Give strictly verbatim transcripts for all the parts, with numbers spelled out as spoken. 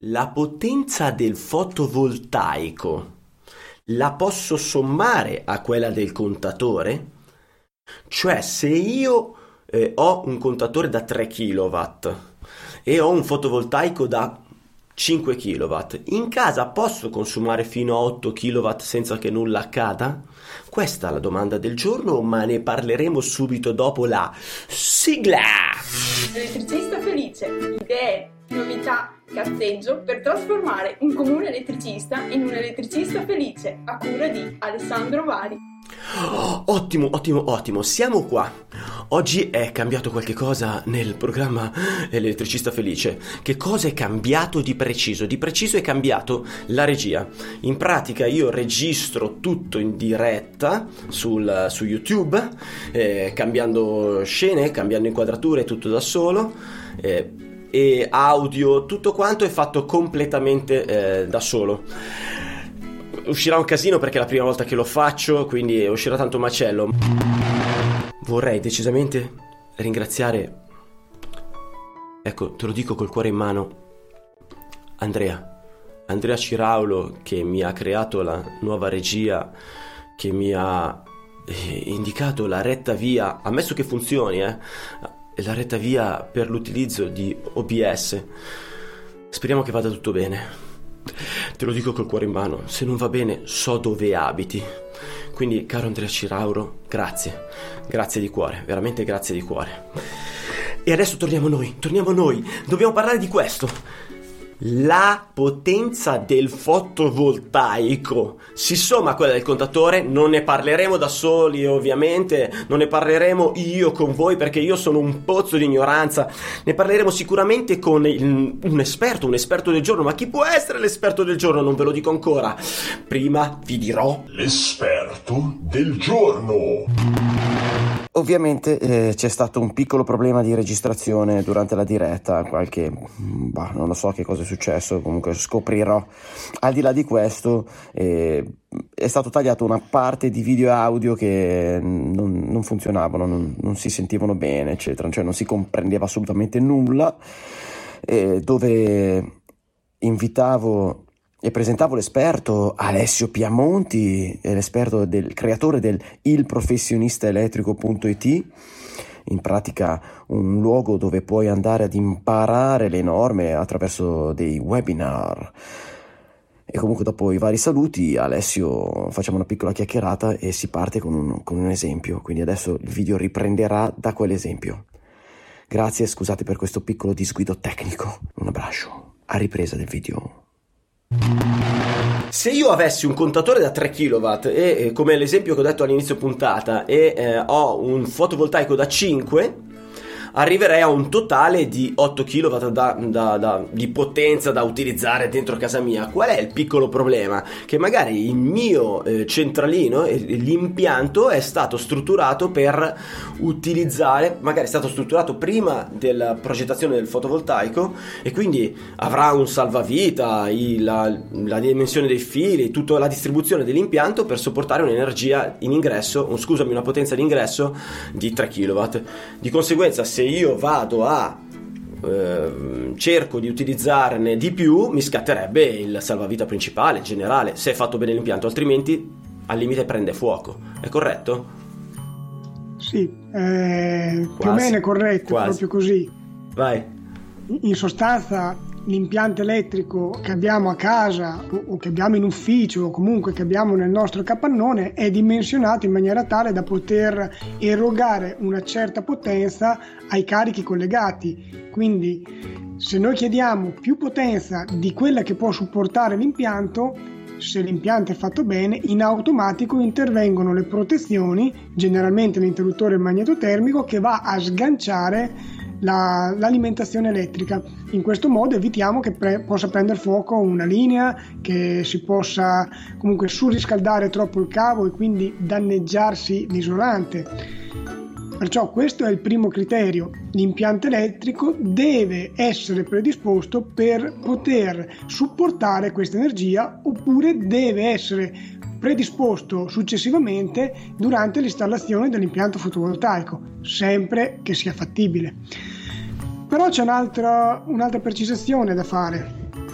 La potenza del fotovoltaico la posso sommare a quella del contatore? Cioè, se io eh, ho un contatore da tre chilowatt e ho un fotovoltaico da cinque chilowatt, in casa posso consumare fino a otto chilowatt senza che nulla accada? Questa è la domanda del giorno, ma ne parleremo subito dopo la sigla! Elettricista felice, idee, novità, cazzeggio per trasformare un comune elettricista in un elettricista felice, a cura di Alessandro Vari. Oh, ottimo, ottimo, ottimo, siamo qua. Oggi è cambiato qualche cosa nel programma Elettricista Felice. Che cosa è cambiato di preciso? Di preciso è cambiato la regia. In pratica io registro tutto in diretta sul, su YouTube, eh, cambiando scene, cambiando inquadrature, tutto da solo. Eh, e audio, tutto quanto è fatto completamente eh, da solo. Uscirà un casino perché è la prima volta che lo faccio, quindi uscirà tanto macello. Vorrei decisamente ringraziare, ecco, te lo dico col cuore in mano, Andrea Andrea Ciraulo, che mi ha creato la nuova regia, che mi ha eh, indicato la retta via, ammesso che funzioni, eh la retta via per l'utilizzo di O B S. Speriamo che vada tutto bene. Te lo dico col cuore in mano, se non va bene so dove abiti. Quindi, caro Andrea Cirauro, grazie, grazie di cuore, veramente grazie di cuore. E adesso torniamo noi, torniamo noi, dobbiamo parlare di questo. La potenza del fotovoltaico si somma a quella del contatore. Non ne parleremo da soli, ovviamente, non ne parleremo io con voi perché io sono un pozzo di ignoranza. Ne parleremo sicuramente con il, un esperto, un esperto del giorno. Ma chi può essere l'esperto del giorno? Non ve lo dico ancora. Prima vi dirò l'esperto del giorno. Ovviamente eh, c'è stato un piccolo problema di registrazione durante la diretta, qualche, bah, non lo so che cosa è successo, comunque scoprirò. Al di là di questo eh, è stato tagliato una parte di video e audio che non, non funzionavano, non, non si sentivano bene, eccetera, cioè non si comprendeva assolutamente nulla, eh, dove invitavo e presentavo l'esperto Alessio Piamonti, l'esperto del creatore del il professionista elettrico punto it, in pratica un luogo dove puoi andare ad imparare le norme attraverso dei webinar. E comunque dopo i vari saluti, Alessio, facciamo una piccola chiacchierata e si parte con un, con un esempio, quindi adesso il video riprenderà da quell'esempio. Grazie, scusate per questo piccolo disguido tecnico, un abbraccio, a ripresa del video. Se io avessi un contatore da tre chilowatt e, e come l'esempio che ho detto all'inizio puntata, e eh, ho un fotovoltaico da cinque, arriverei a un totale di otto chilowatt da, da, da, di potenza da utilizzare dentro casa mia. Qual è il piccolo problema? Che magari il mio eh, centralino, eh, l'impianto è stato strutturato per utilizzare, magari è stato strutturato prima della progettazione del fotovoltaico e quindi avrà un salvavita, il, la, la dimensione dei fili, tutta la distribuzione dell'impianto per sopportare un'energia in ingresso, un, scusami, una potenza di ingresso di tre chilowatt. Di conseguenza, se io vado a eh, cerco di utilizzarne di più, mi scatterebbe il salvavita principale, il generale, se è fatto bene l'impianto, altrimenti al limite prende fuoco. È corretto? Sì, eh, più o meno è corretto, quasi. Proprio così. Vai. In sostanza l'impianto elettrico che abbiamo a casa o che abbiamo in ufficio o comunque che abbiamo nel nostro capannone è dimensionato in maniera tale da poter erogare una certa potenza ai carichi collegati. Quindi se noi chiediamo più potenza di quella che può supportare l'impianto, se l'impianto è fatto bene, in automatico intervengono le protezioni, generalmente l'interruttore magnetotermico, che va a sganciare La, l'alimentazione elettrica. In questo modo evitiamo che pre- possa prendere fuoco una linea, che si possa comunque surriscaldare troppo il cavo e quindi danneggiarsi l'isolante. Perciò questo è il primo criterio: l'impianto elettrico deve essere predisposto per poter supportare questa energia, oppure deve essere predisposto successivamente durante l'installazione dell'impianto fotovoltaico, sempre che sia fattibile. Però c'è un'altra, un'altra precisazione da fare.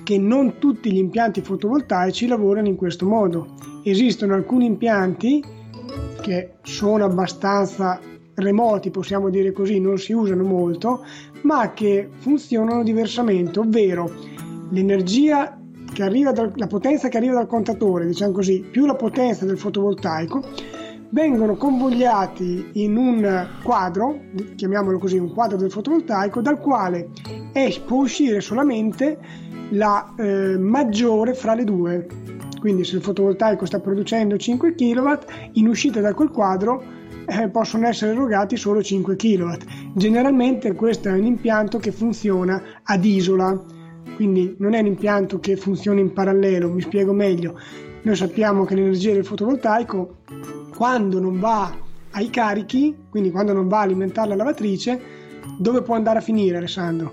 che non tutti gli impianti fotovoltaici lavorano in questo modo. Esistono alcuni impianti che sono abbastanza remoti, possiamo dire così, non si usano molto, ma che funzionano diversamente, ovvero l'energia che arriva dal, la potenza che arriva dal contatore, diciamo così, più la potenza del fotovoltaico, vengono convogliati in un quadro, chiamiamolo così, un quadro del fotovoltaico, dal quale è, può uscire solamente la eh, maggiore fra le due. Quindi se il fotovoltaico sta producendo cinque chilowatt, in uscita da quel quadro eh, possono essere erogati solo cinque chilowatt. Generalmente questo è un impianto che funziona ad isola, quindi non è un impianto che funziona in parallelo. Mi spiego meglio: noi sappiamo che l'energia del fotovoltaico, quando non va ai carichi, quindi quando non va a alimentare la lavatrice, dove può andare a finire, Alessandro?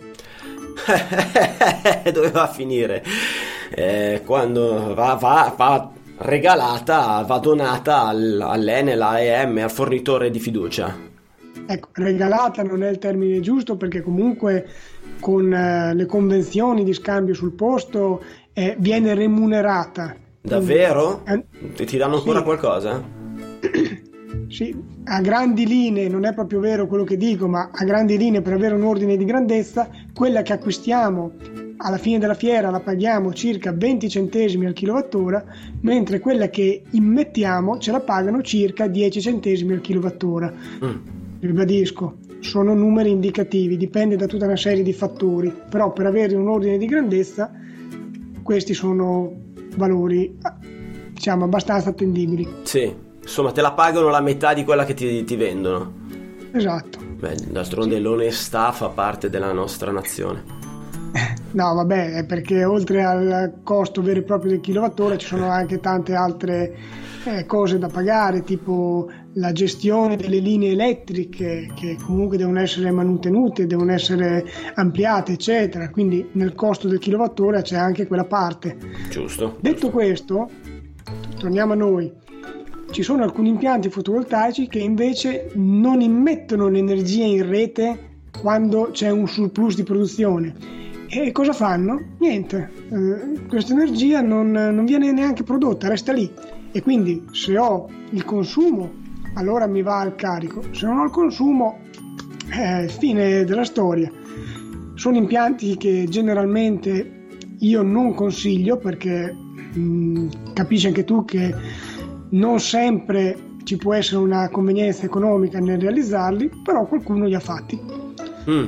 Dove va a finire? Eh, quando va, va, va regalata, va donata al, all'Enel, all'A E M, al fornitore di fiducia. Ecco, regalata non è il termine giusto, perché comunque con eh, le convenzioni di scambio sul posto eh, viene remunerata. Davvero? Quindi, eh, ti danno ancora sì. qualcosa? Sì, a grandi linee non è proprio vero quello che dico, ma a grandi linee, per avere un ordine di grandezza, quella che acquistiamo alla fine della fiera la paghiamo circa venti centesimi al kilowattora, mentre quella che immettiamo ce la pagano circa dieci centesimi al kilowattora. Mm. Ribadisco, sono numeri indicativi, dipende da tutta una serie di fattori, però per avere un ordine di grandezza questi sono valori, diciamo, abbastanza attendibili. Sì. Insomma, te la pagano la metà di quella che ti, ti vendono. Esatto. Beh, d'altronde sì. L'onestà fa parte della nostra nazione. No, vabbè, è perché oltre al costo vero e proprio del kilowattora ci sono anche tante altre eh, cose da pagare, tipo la gestione delle linee elettriche, che comunque devono essere mantenute, devono essere ampliate, eccetera. Quindi nel costo del kilowattora c'è anche quella parte. Giusto. Detto giusto. questo, torniamo a noi. Ci sono alcuni impianti fotovoltaici che invece non immettono l'energia in rete quando c'è un surplus di produzione. E cosa fanno? Niente, eh, questa energia non, non viene neanche prodotta, resta lì. E quindi se ho il consumo, allora mi va al carico. Se non ho il consumo, è fine della storia. Sono impianti che generalmente io non consiglio, perché mh, capisci anche tu che non sempre ci può essere una convenienza economica nel realizzarli, però qualcuno li ha fatti. Mm.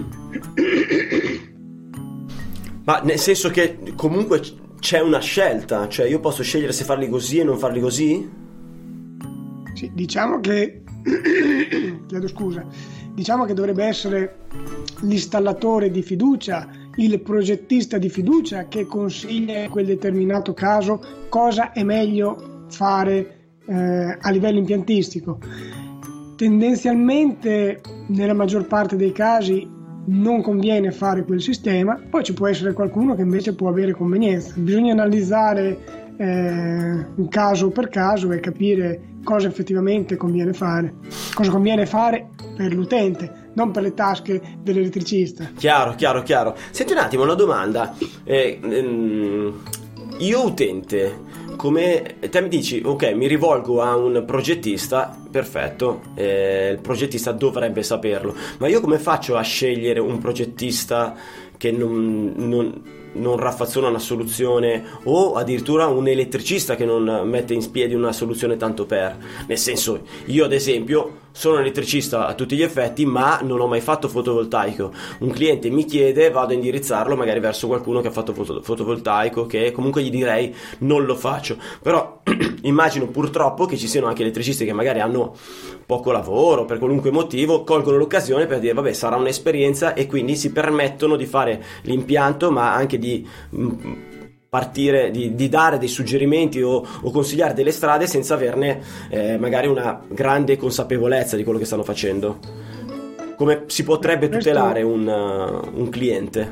Ma nel senso che comunque c'è una scelta, cioè io posso scegliere se farli così e non farli così? Sì, diciamo che chiedo scusa, diciamo che dovrebbe essere l'installatore di fiducia, il progettista di fiducia, che consiglia in quel determinato caso cosa è meglio fare Eh, a livello impiantistico. Tendenzialmente nella maggior parte dei casi non conviene fare quel sistema, poi ci può essere qualcuno che invece può avere convenienza. Bisogna analizzare eh, caso per caso e capire cosa effettivamente conviene fare, cosa conviene fare per l'utente, non per le tasche dell'elettricista. Chiaro, chiaro, chiaro. Senti un attimo, una domanda. Eh, ehm, io utente, come te mi dici, ok, mi rivolgo a un progettista, perfetto, eh, il progettista dovrebbe saperlo, ma io come faccio a scegliere un progettista che non, non, non raffazzona una soluzione, o addirittura un elettricista che non mette in piedi una soluzione tanto per? Nel senso, io ad esempio sono elettricista a tutti gli effetti, ma non ho mai fatto fotovoltaico. Un cliente mi chiede, vado a indirizzarlo magari verso qualcuno che ha fatto foto- fotovoltaico, che comunque gli direi non lo faccio. Però immagino purtroppo che ci siano anche elettricisti che magari hanno poco lavoro, per qualunque motivo, colgono l'occasione per dire vabbè, sarà un'esperienza, e quindi si permettono di fare l'impianto, ma anche di mh, partire, di, di dare dei suggerimenti o, o consigliare delle strade senza averne eh, magari una grande consapevolezza di quello che stanno facendo. Come si potrebbe tutelare un, uh, un cliente?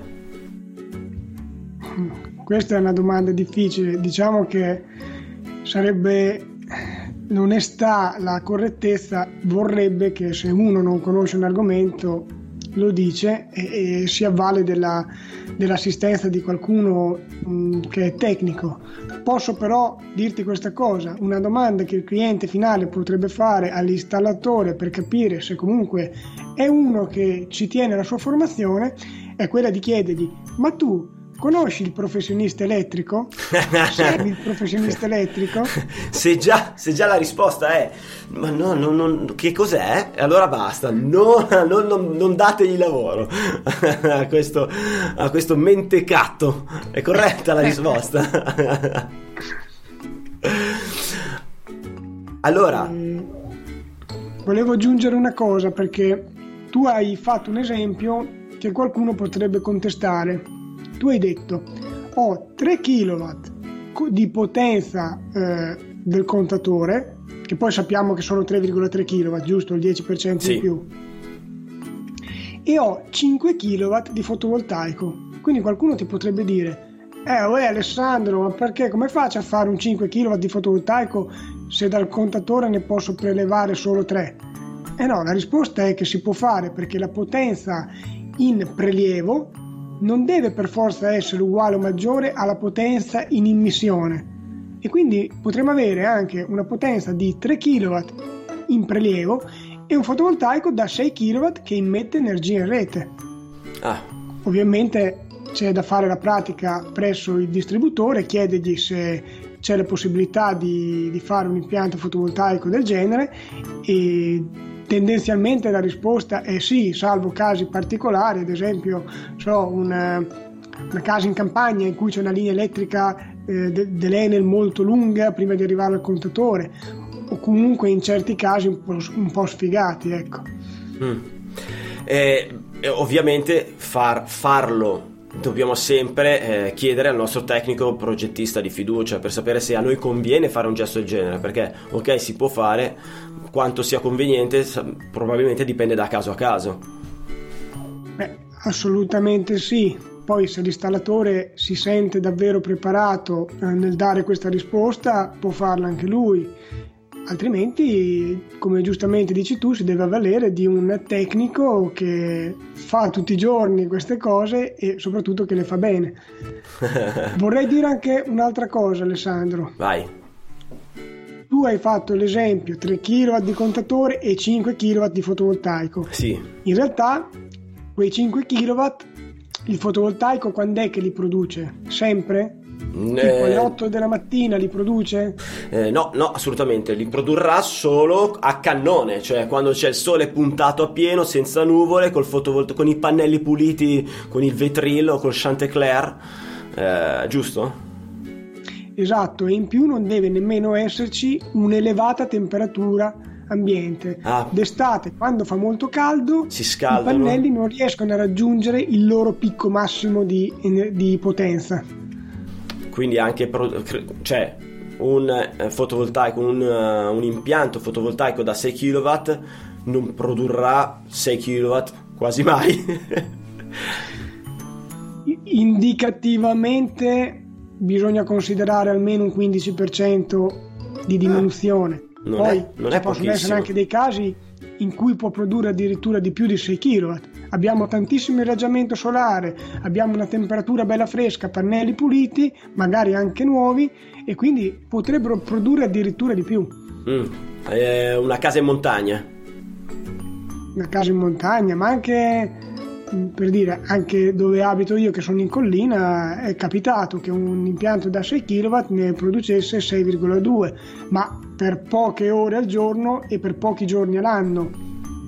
Questa è una domanda difficile. Diciamo che sarebbe l'onestà, la correttezza vorrebbe che se uno non conosce un argomento lo dice e, e si avvale della, dell'assistenza di qualcuno mh, che è tecnico. Posso però dirti questa cosa: una domanda che il cliente finale potrebbe fare all'installatore per capire se comunque è uno che ci tiene alla sua formazione è quella di chiedergli: ma tu conosci il professionista elettrico? Segui il professionista elettrico? Se già, se già la risposta è ma no, no, no, che cos'è? Allora basta, no, no, no, non dategli lavoro a questo, a questo mentecatto. È corretta la risposta? Allora, eh, volevo aggiungere una cosa, perché tu hai fatto un esempio che qualcuno potrebbe contestare. Tu hai detto: ho tre chilowatt di potenza eh, del contatore, che poi sappiamo che sono tre virgola tre chilowatt, giusto? Il dieci per cento sì. in più, e ho cinque chilowatt di fotovoltaico. Quindi qualcuno ti potrebbe dire: eh uè Alessandro, ma perché, come faccio a fare un cinque chilowatt di fotovoltaico se dal contatore ne posso prelevare solo tre? Eh no, la risposta è che si può fare, perché la potenza in prelievo non deve per forza essere uguale o maggiore alla potenza in immissione, e quindi potremmo avere anche una potenza di tre chilowatt in prelievo e un fotovoltaico da sei chilowatt che immette energia in rete. Ah. Ovviamente c'è da fare la pratica presso il distributore, chiedergli se c'è la possibilità di, di fare un impianto fotovoltaico del genere, e tendenzialmente la risposta è sì, salvo casi particolari, ad esempio so, una, una casa in campagna in cui c'è una linea elettrica eh, de, dell'Enel molto lunga prima di arrivare al contatore, o comunque in certi casi un po', un po' sfigati, ecco. Mm. Eh, ovviamente far, farlo dobbiamo sempre eh, chiedere al nostro tecnico progettista di fiducia per sapere se a noi conviene fare un gesto del genere, perché ok, si può fare, quanto sia conveniente probabilmente dipende da caso a caso. Beh, assolutamente sì. Poi se l'installatore si sente davvero preparato eh, nel dare questa risposta, può farla anche lui. Altrimenti, come giustamente dici tu, si deve avvalere di un tecnico che fa tutti i giorni queste cose e soprattutto che le fa bene. Vorrei dire anche un'altra cosa, Alessandro. Vai. Tu hai fatto l'esempio tre chilowatt di contatore e cinque chilowatt di fotovoltaico. Sì. In realtà quei cinque chilowatt il fotovoltaico quando è che li produce? Sempre? Tipo alle otto della mattina li produce? Eh, no, no, assolutamente, li produrrà solo a cannone, cioè quando c'è il sole puntato a pieno, senza nuvole, col fotovolt- con i pannelli puliti, con il vetrillo, col Chantecler, eh, giusto? Esatto, e in più non deve nemmeno esserci un'elevata temperatura ambiente. Ah. D'estate, quando fa molto caldo, si scaldano, i pannelli non riescono a raggiungere il loro picco massimo di, di potenza. Quindi anche pro- cioè un eh, fotovoltaico, un, uh, un impianto fotovoltaico da sei chilowatt non produrrà sei chilowatt quasi mai. Indicativamente bisogna considerare almeno un quindici per cento di diminuzione. Ah, non Poi è, non ci è possono pochissimo. essere anche dei casi in cui può produrre addirittura di più di sei chilowatt. Abbiamo tantissimo irraggiamento solare, abbiamo una temperatura bella fresca, pannelli puliti, magari anche nuovi, e quindi potrebbero produrre addirittura di più. Mm, eh, una casa in montagna. Una casa in montagna, ma anche, per dire, anche dove abito io, che sono in collina, è capitato che un impianto da sei chilowatt ne producesse sei virgola due, ma per poche ore al giorno e per pochi giorni all'anno.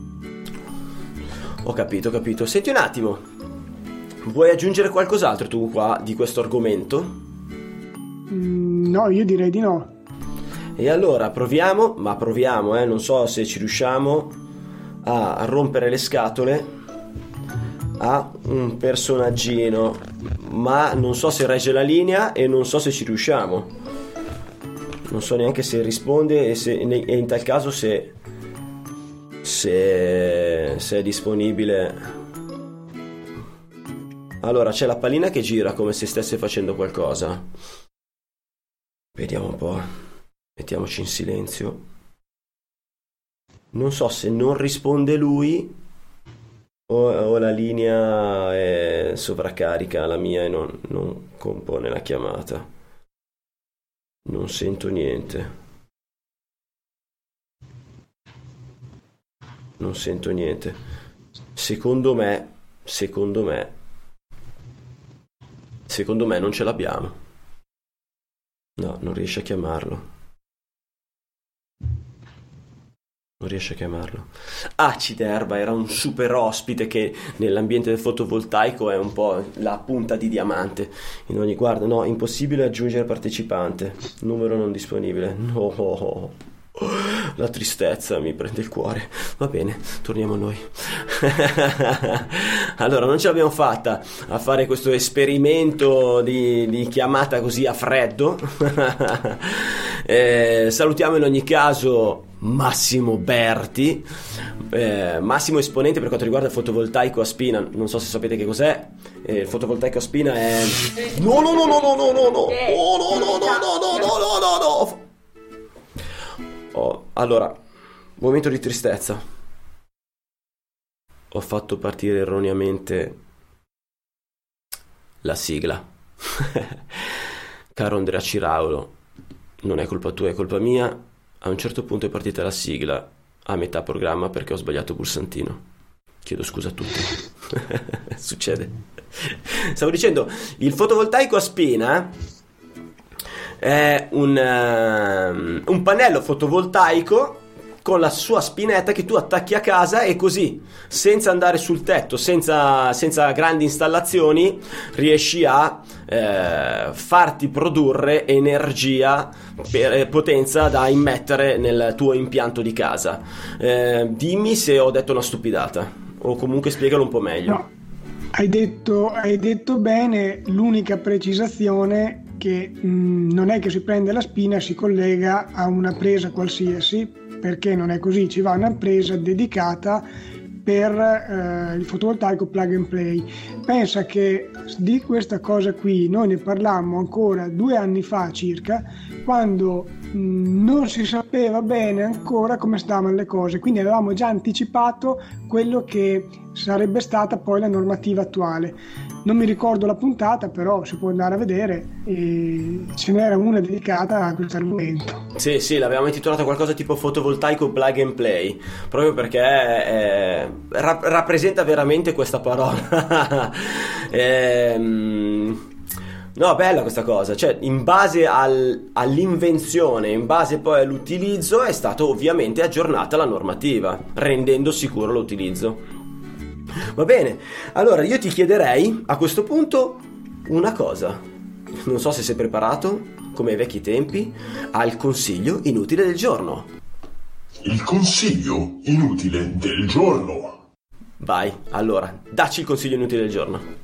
Ho capito, ho capito. Senti un attimo, vuoi aggiungere qualcos'altro tu qua di questo argomento? Mm, no, io direi di no. E allora proviamo, ma proviamo, eh, non so se ci riusciamo a rompere le scatole a un personaggino, ma non so se regge la linea e non so se ci riusciamo. Non so neanche se risponde e, se, e in tal caso se se, se è disponibile. Allora c'è la pallina che gira come se stesse facendo qualcosa. Vediamo un po'. Mettiamoci in silenzio. Non so se non risponde lui o, o la linea è sovraccarica, la mia, e non, non compone la chiamata. Non sento niente. Non sento niente. Secondo me, secondo me, secondo me non ce l'abbiamo. No, non riesce a chiamarlo. Non riesce a chiamarlo. Aciderba era un super ospite che nell'ambiente del fotovoltaico è un po' la punta di diamante. In ogni guarda, no, impossibile aggiungere partecipante. Numero non disponibile. No. La tristezza mi prende il cuore. Va bene, torniamo a noi. Allora, non ce l'abbiamo fatta a fare questo esperimento di, di chiamata così a freddo. eh, salutiamo in ogni caso Massimo Berti, eh, massimo esponente per quanto riguarda il fotovoltaico a spina. Non so se sapete che cos'è. Eh, il fotovoltaico a spina è... No, no, no, no, no, no, no, no, no, no, no, no, no, no, no, no, no. Oh, allora, momento di tristezza. Ho fatto partire erroneamente la sigla. Caro Andrea Ciraulo, non è colpa tua, è colpa mia. A un certo punto è partita la sigla a metà programma perché ho sbagliato pulsantino. Chiedo scusa a tutti. Succede. Stavo dicendo, il fotovoltaico a spina è un, uh, un pannello fotovoltaico con la sua spinetta che tu attacchi a casa, e così, senza andare sul tetto, senza, senza grandi installazioni, riesci a eh, farti produrre energia, per, eh, potenza da immettere nel tuo impianto di casa. Eh, dimmi se ho detto una stupidata, o comunque spiegalo un po' meglio. No, hai detto, hai detto bene. L'unica precisazione che mh, non è che si prende la spina e si collega a una presa qualsiasi, perché non è così. Ci va una presa dedicata per eh, il fotovoltaico plug and play. Pensa che di questa cosa qui noi ne parlammo ancora due anni fa circa, quando mh, non si sapeva bene ancora come stavano le cose, quindi avevamo già anticipato quello che sarebbe stata poi la normativa attuale. Non mi ricordo la puntata, però si può andare a vedere, e ce n'era una dedicata a questo argomento. Sì, sì, l'avevamo intitolata qualcosa tipo fotovoltaico plug and play, proprio perché eh, ra- rappresenta veramente questa parola. ehm... No, bella questa cosa, cioè in base al, all'invenzione, in base poi all'utilizzo, è stata ovviamente aggiornata la normativa, rendendo sicuro l'utilizzo. Va bene, allora io ti chiederei a questo punto una cosa. Non so se sei preparato, come ai vecchi tempi, al consiglio inutile del giorno. Il consiglio inutile del giorno. Vai, allora, dacci il consiglio inutile del giorno.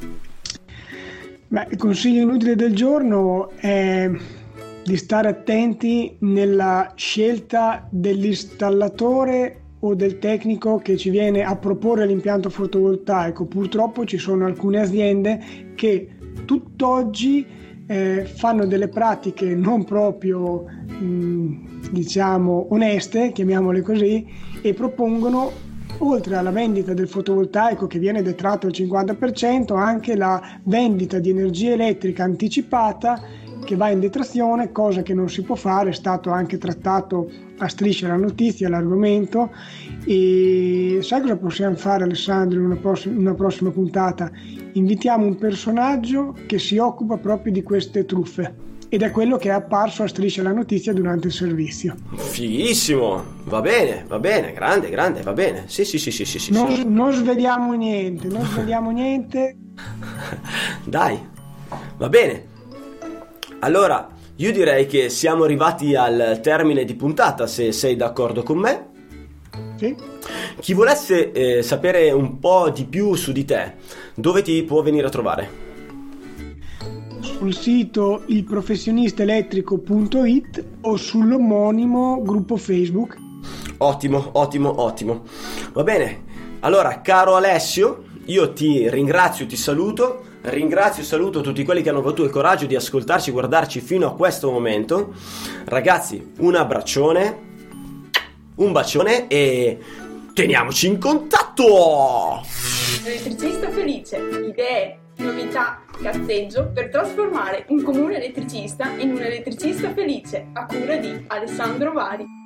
Beh, il consiglio inutile del giorno è di stare attenti nella scelta dell'installatore o del tecnico che ci viene a proporre l'impianto fotovoltaico. Purtroppo ci sono alcune aziende che tutt'oggi eh, fanno delle pratiche non proprio mh, diciamo oneste, chiamiamole così, e propongono, oltre alla vendita del fotovoltaico che viene detratto al cinquanta per cento, anche la vendita di energia elettrica anticipata che va in detrazione, cosa che non si può fare. È stato anche trattato a Striscia la Notizia l'argomento, e sai cosa possiamo fare, Alessandro, in una prossima, una prossima puntata? Invitiamo un personaggio che si occupa proprio di queste truffe, ed è quello che è apparso a Striscia la Notizia durante il servizio. Fighissimo, va bene, va bene, grande, grande, va bene. Sì, sì, sì, sì, sì, sì. Non, non sveliamo niente, non sveliamo niente. Dai, va bene. Allora, io direi che siamo arrivati al termine di puntata, se sei d'accordo con me. Sì. Chi volesse eh, sapere un po' di più su di te, dove ti può venire a trovare? Sul sito il professionista elettrico punto it o sull'omonimo gruppo Facebook. Ottimo, ottimo, ottimo. Va bene. Allora, caro Alessio, io ti ringrazio, ti saluto. Ringrazio e saluto tutti quelli che hanno avuto il coraggio di ascoltarci, guardarci fino a questo momento. Ragazzi, un abbraccione, un bacione, e teniamoci in contatto! Elettricista felice, idee, novità, cazzeggio per trasformare un comune elettricista in un elettricista felice, a cura di Alessandro Vari.